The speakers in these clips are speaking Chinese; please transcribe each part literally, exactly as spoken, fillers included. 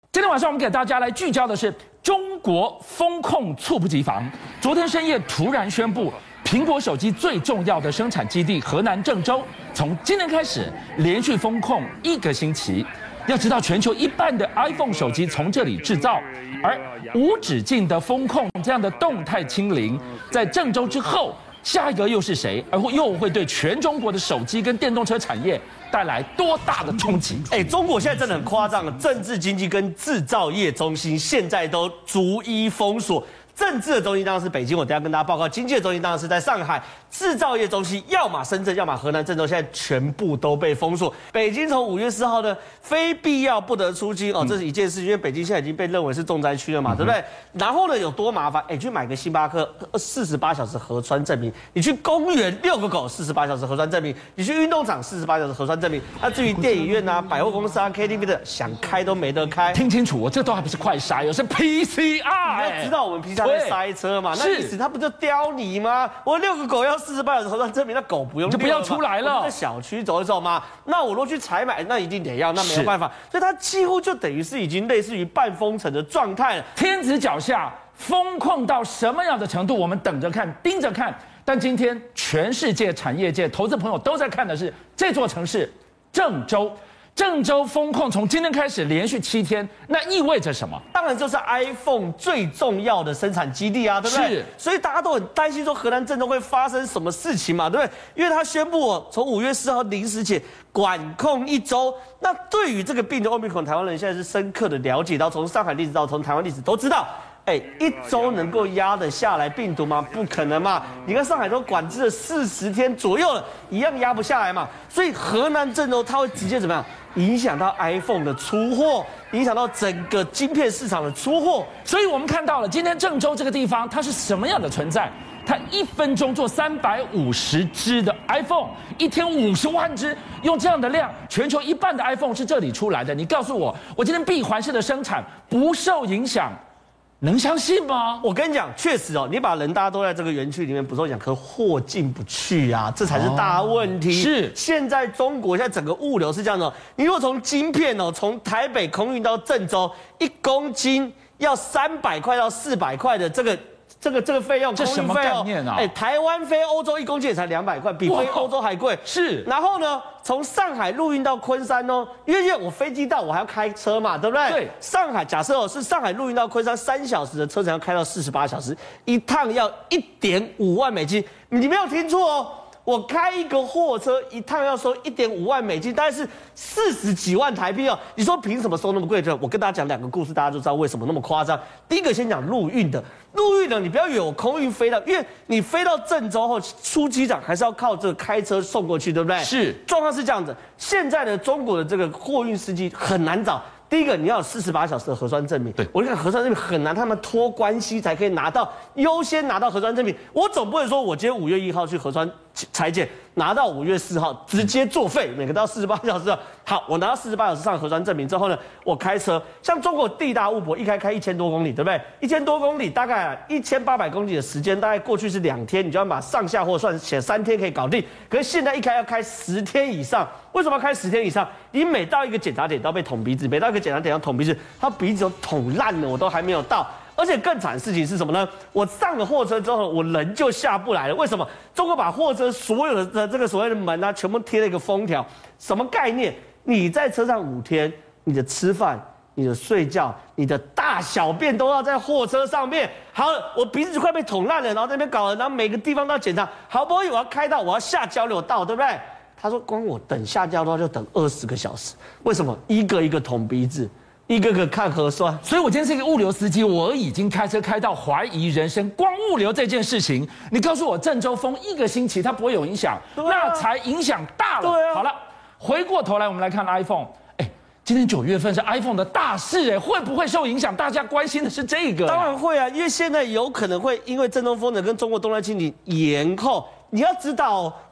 今天晚上我们给大家来聚焦的是中国风控猝不及防。昨天深夜突然宣布，苹果手机最重要的生产基地河南郑州，从今天开始连续封控一个星期。要知道，全球一半的 iPhone 手机从这里制造，而无止境的封控这样的动态清零，在郑州之后，下一个又是谁？而又会对全中国的手机跟电动车产业带来多大的冲击？ 哎，中国现在真的很夸张，政治、经济跟制造业中心现在都逐一封锁。政治的中心当然是北京，我等一下跟大家报告。经济的中心当然是在上海，制造业中心要么深圳，要么河南郑州，现在全部都被封锁。北京从五月四号的非必要不得出京哦，这是一件事，因为北京现在已经被认为是重灾区了嘛，对不对？然后呢，有多麻烦？哎，去买个星巴克四十八小时核酸证明，你去公园遛个狗四十八小时核酸证明，你去运动场四十八小时核酸证明。那至于电影院啊、百货公司啊、K T V 的，想开都没得开。 听清楚，我这都还不是快筛，有是 P C R。 你要知道我们 P C R。塞车嘛，那意思他不就刁你吗？我遛个狗要四十八小时核酸证明，那狗不用就不要出来了， 在小区走一走嘛。那我如果去采买，那一定得要，那没有办法，所以它几乎就等于是已经类似于半封城的状态了。 天子脚下，封控到什么样的程度，我们等着看，盯着看。但今天全世界产业界、投资朋友都在看的是这座城市郑州。郑州封控从今天开始连续七天，那意味着什么？ 当然就是 iPhone 最重要的生产基地啊，对不对？ 是， 所以大家都很担心说河南郑州会发生什么事情嘛，对不对？因为他宣布哦，从五月四号零时起管控一周。那对于这个病毒 Omicron， 台湾人现在是深刻的了解到，从上海历史到从台湾历史都知道。哎，一周能够压得下来病毒吗？不可能嘛！你看上海都管制了四十天左右了，一样压不下来嘛。所以河南郑州它会直接怎么样？影响到 iPhone 的出货，影响到整个晶片市场的出货。 所以我们看到了今天郑州这个地方，它是什么样的存在？它一分钟做三百五十只的 iPhone， 一天五十万只，用这样的量，全球一半的 iPhone 是这里出来的。你告诉我，我今天闭环式的生产不受影响？能相信吗？ 我跟你讲，确实哦，你把人大家都在这个园区里面，不受影响，可货进不去啊，这才是大问题。 哦、是， 现在中国现在整个物流是这样的，你如果从晶片哦，从台北空运到郑州，一公斤要三百块到四百块的这个。这个这个费用， 这什么概念啊？ 哎，台湾飞欧洲一公斤也才两百块，比飞欧洲还贵。 是， 然后呢，从上海陆运到昆山哦，因为因为我飞机到我还要开车嘛，对不对？ 对。 上海假设哦是上海陆运到昆山三小时的车程要开到四十八小时，一趟要一点五万美金，你没有听错哦。我开一个货车一趟要收一点五万美金，大概是四十几万台币哦。你说凭什么收那么贵？我跟大家讲两个故事，大家就知道为什么那么夸张。第一个先讲陆运的，陆运的你不要以为我空运飞到，因为你飞到郑州后出机场还是要靠这个开车送过去，对不对？ 是， 状况是这样子。现在的中国的这个货运司机很难找。第一个，你要有四十八小时的核酸证明。 对， 我就看核酸证明很难，他们托关系才可以拿到，优先拿到核酸证明。我总不能说我今天五月一号去核酸裁剪，拿到五月四号直接作废，每个都要四十八小时。好，我拿到四十八小时上核酸证明之后呢，我开车，像中国地大物博，一开开一千多公里，对不对？一千多公里，大概一千八百公里的时间，大概过去是两天，你就要把上下货算写三天可以搞定。可是现在一开要开十天以上，为什么要开十天以上？你每到一个检查点都要被捅鼻子，每到一个检查点要捅鼻子，他鼻子都捅烂了，我都还没有到。而且更惨的事情是什么呢？我上了货车之后，我人就下不来了。为什么？中国把货车所有的这个所谓的门啊，全部贴了一个封条，什么概念？你在车上五天，你的吃饭、你的睡觉、你的大小便都要在货车上面。好了，我鼻子就快被捅烂了，然后在那边搞了，然后每个地方都要检查。好不容易我要开到，我要下交流道，对不对？他说光我等下交流道就等二十个小时。为什么？一个一个捅鼻子。一个个看核酸， 所以我今天是一个物流司机，我已经开车开到怀疑人生。光物流这件事情，你告诉我郑州封一个星期它不会有影响，啊、那才影响大了。 对啊， 好了，回过头来我们来看 iPhone， 哎，今天九月份是 iPhone 的大事，哎，会不会受影响？大家关心的是这个。 当然会啊，因为现在有可能会因为郑州封城跟中国动态清零延后。你要知道、哦，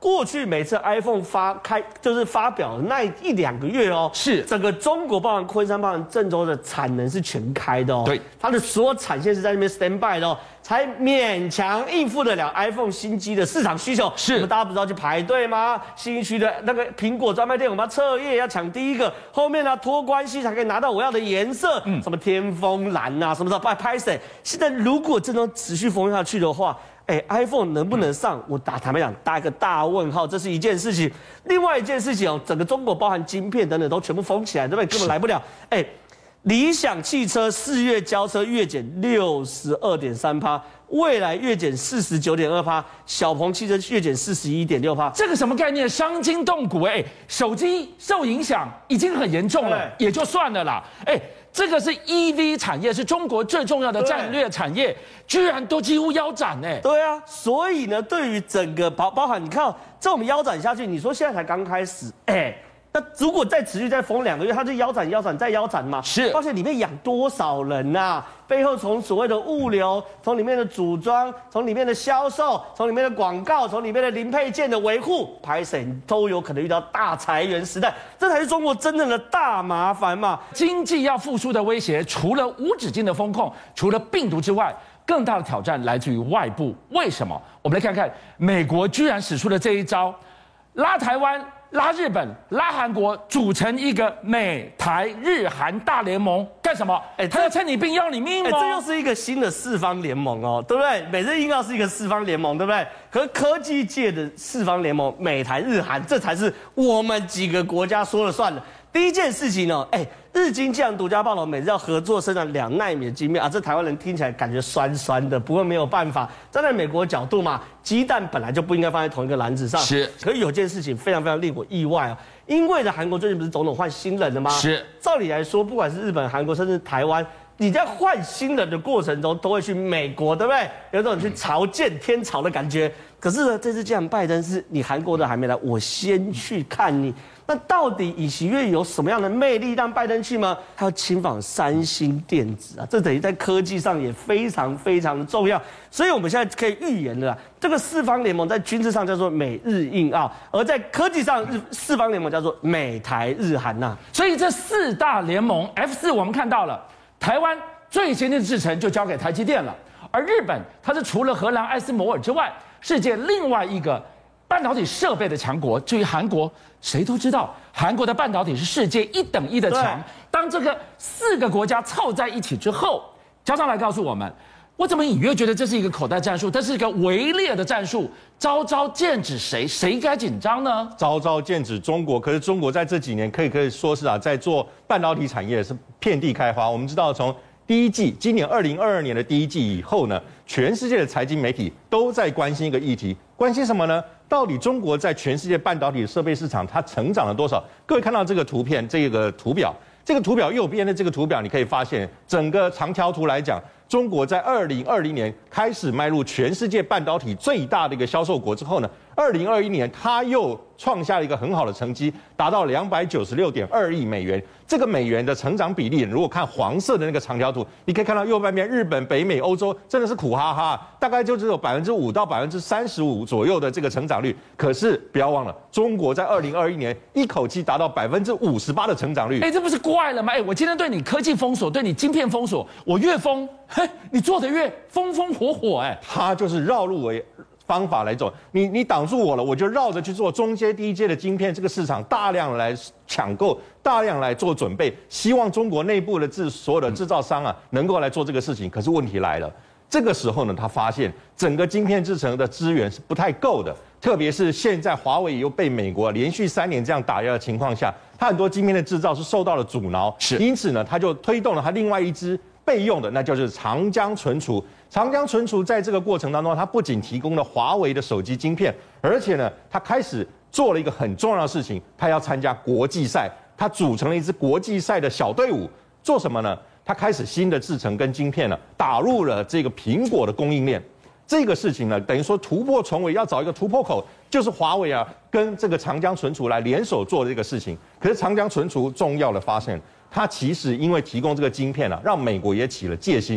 过去每次 iPhone 发开就是发表的那一两个月哦， 是整个中国包含昆山、包含郑州的产能是全开的哦， 对， 它的所有产线是在那边 stand by 的哦，才勉强应付得了 iPhone 新机的市场需求。 是， 我们大家不是要去排队吗？新一区的那个苹果专卖店，我们要彻夜要抢第一个，后面呢托关系才可以拿到我要的颜色，嗯，什么天风蓝啊，什么时候拍拍谁？现在如果这种持续封下去的话，哎 ，iPhone 能不能上？我打坦白讲，打一个大问号，这是一件事情。另外一件事情哦，整个中国包含晶片等等都全部封起来，对不对？根本来不了。哎，理想汽车四月交车月减六十二点三趴，蔚来月减四十九点二趴，小鹏汽车月减四十一点六趴。 这个什么概念？伤筋动骨哎！手机受影响已经很严重了，也就算了啦。哎。这个是 E V 产业，是中国最重要的战略产业，居然都几乎腰斩哎！ 对啊，所以呢，对于整个包包含你看、哦、这种腰斩下去，你说现在才刚开始，哎，那如果再持续再封两个月，它就腰斩、腰斩再腰斩嘛。 是， 而且里面养多少人呐、啊？背后从所谓的物流，从里面的组装，从里面的销售，从里面的广告，从里面的零配件的维护，拍谁都有可能遇到大裁员时代，这才是中国真正的大麻烦嘛。 经济要复苏的威胁，除了无止境的风控，除了病毒之外，更大的挑战来自于外部。为什么？我们来看看美国居然使出了这一招，拉台湾。拉日本、拉韩国组成一个美台日韩大联盟，干什么？哎，他要趁你病要你命吗？ 哎，这又是一个新的四方联盟哦，对不对？美日印澳是一个四方联盟，对不对？可是科技界的四方联盟，美台日韩，这才是我们几个国家说了算的。第一件事情呢，哎，日经既然独家报道，美日要合作生产两奈米的晶片啊，这台湾人听起来感觉酸酸的，不过没有办法，站在美国角度嘛，鸡蛋本来就不应该放在同一个篮子上。 是， 可是有件事情非常非常令我意外啊，因为的韩国最近不是总统换新人了吗？ 是， 照理来说，不管是日本、韩国，甚至台湾，你在换新人的过程中，都会去美国，对不对？有种去朝见天朝的感觉。可是呢，这次既然拜登是你韩国的还没来，我先去看你。那到底尹锡悦有什么样的魅力让拜登去吗？他要亲访三星电子啊，这等于在科技上也非常非常的重要。所以我们现在可以预言了，这个四方联盟在军事上叫做美日印澳，而在科技上日四方联盟叫做美台日韩呐、啊。 所以这四大联盟 F 四我们看到了，台湾最先进的制程就交给台积电了，而日本它是除了荷兰艾斯摩尔之外，世界另外一个半导体设备的强国。至于韩国，谁都知道韩国的半导体是世界一等一的强。当这个四个国家凑在一起之后，加上来告诉我们，我怎么隐约觉得这是一个口袋战术，这是一个围猎的战术，招招剑指谁？谁该紧张呢？ 招招剑指中国。可是中国在这几年可以可以说是啊，在做半导体产业是遍地开花。我们知道从第一季，今年二零二二年的第一季以后呢，全世界的财经媒体都在关心一个议题，关心什么呢？到底中国在全世界半导体设备市场它成长了多少？各位看到这个图片，这个图表，这个图表右边的这个图表，你可以发现，整个长条图来讲，中国在二零二零年开始迈入全世界半导体最大的一个销售国之后呢，二零二一年它又创下了一个很好的成绩，达到两百九十六点二亿美元。这个美元的成长比例，如果看黄色的那个长条图，你可以看到右半边日本、北美、欧洲真的是苦哈哈，大概就只有百分之五到百分之三十五左右的这个成长率。可是不要忘了，中国在二零二一年一口气达到百分之五十八的成长率。 哎，这不是怪了吗？哎，我今天对你科技封锁，对你晶片封锁，我越封，嘿，你做的越风风火火，哎， 它就是绕路为方法来走，你你挡住我了，我就绕着去做中阶、低阶的晶片，这个市场大量来抢购，大量来做准备，希望中国内部的制所有的制造商啊能够来做这个事情。可是问题来了，这个时候呢，他发现整个晶片制程的资源是不太够的，特别是现在华为又被美国连续三年这样打压的情况下，它很多晶片的制造是受到了阻挠， 是， 因此呢，他就推动了他另外一支备用的，那就是长江存储。长江存储在这个过程当中，它不仅提供了华为的手机晶片，而且呢，它开始做了一个很重要的事情，它要参加国际赛，它组成了一支国际赛的小队伍，做什么呢？它开始新的制程跟晶片呢，打入了这个苹果的供应链。这个事情呢，等于说突破重围，要找一个突破口，就是华为啊跟这个长江存储来联手做这个事情。可是长江存储重要的发现，它其实因为提供这个晶片啊，让美国也起了戒心。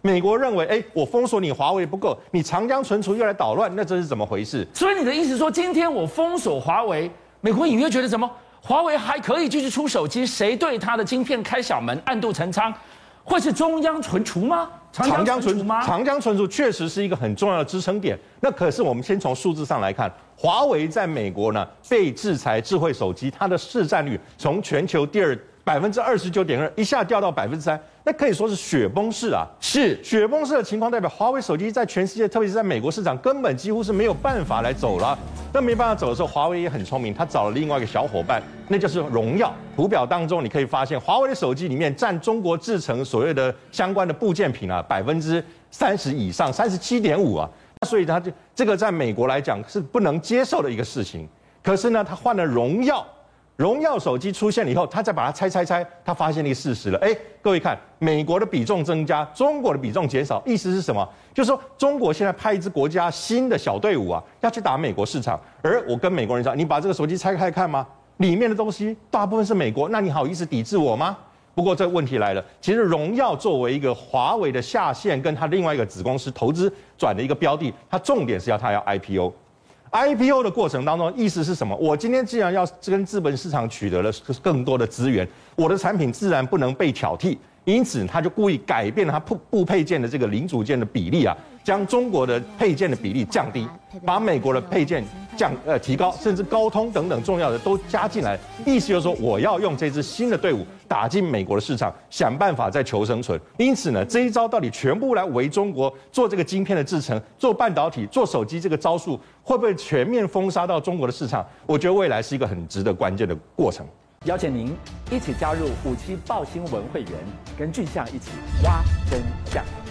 美国认为，哎，我封锁你华为不够，你长江存储又来捣乱，那这是怎么回事？ 所以你的意思说，今天我封锁华为，美国隐约觉得什么？华为还可以继续出手机，谁对它的晶片开小门、暗度陈仓？会是中央存储吗？ 长江存储吗？ 长江存储确实是一个很重要的支撑点。那可是我们先从数字上来看，华为在美国呢被制裁智慧手机，它的市占率从全球第二百分之二十九点二一下掉到百分之三，那可以说是雪崩式啊！ 是雪崩式的情况，代表华为手机在全世界，特别是在美国市场，根本几乎是没有办法来走了。那没办法走的时候，华为也很聪明，他找了另外一个小伙伴，那就是荣耀。图表当中你可以发现，华为的手机里面占中国制成所谓的相关的部件品啊，百分之三十以上，三十七点五啊。所以它就这个在美国来讲是不能接受的一个事情。可是呢，他换了荣耀。荣耀手机出现了以后，他再把它拆拆拆，他发现了一个事实了。哎，各位看，美国的比重增加，中国的比重减少，意思是什么？就是说中国现在派一支国家新的小队伍啊，要去打美国市场。而我跟美国人讲，你把这个手机拆开看吗？里面的东西大部分是美国，那你好意思抵制我吗？不过这个问题来了，其实荣耀作为一个华为的下线，跟他另外一个子公司投资转的一个标的，它重点是要它要 I P O。I P O 的过程当中，意思是什么？我今天既然要跟资本市场取得了更多的资源，我的产品自然不能被挑剔，因此他就故意改变了它部部配件的这个零组件的比例啊，将中国的配件的比例降低，把美国的配件降呃提高，甚至高通等等重要的都加进来。意思就是说，我要用这支新的队伍打进美国的市场，想办法再求生存。因此呢，这一招到底全部来围中国做这个晶片的制程、做半导体、做手机这个招数，会不会全面封杀到中国的市场？我觉得未来是一个很值得关键的过程。 邀请您一起加入五七爆新闻会员，跟俊相一起挖真相。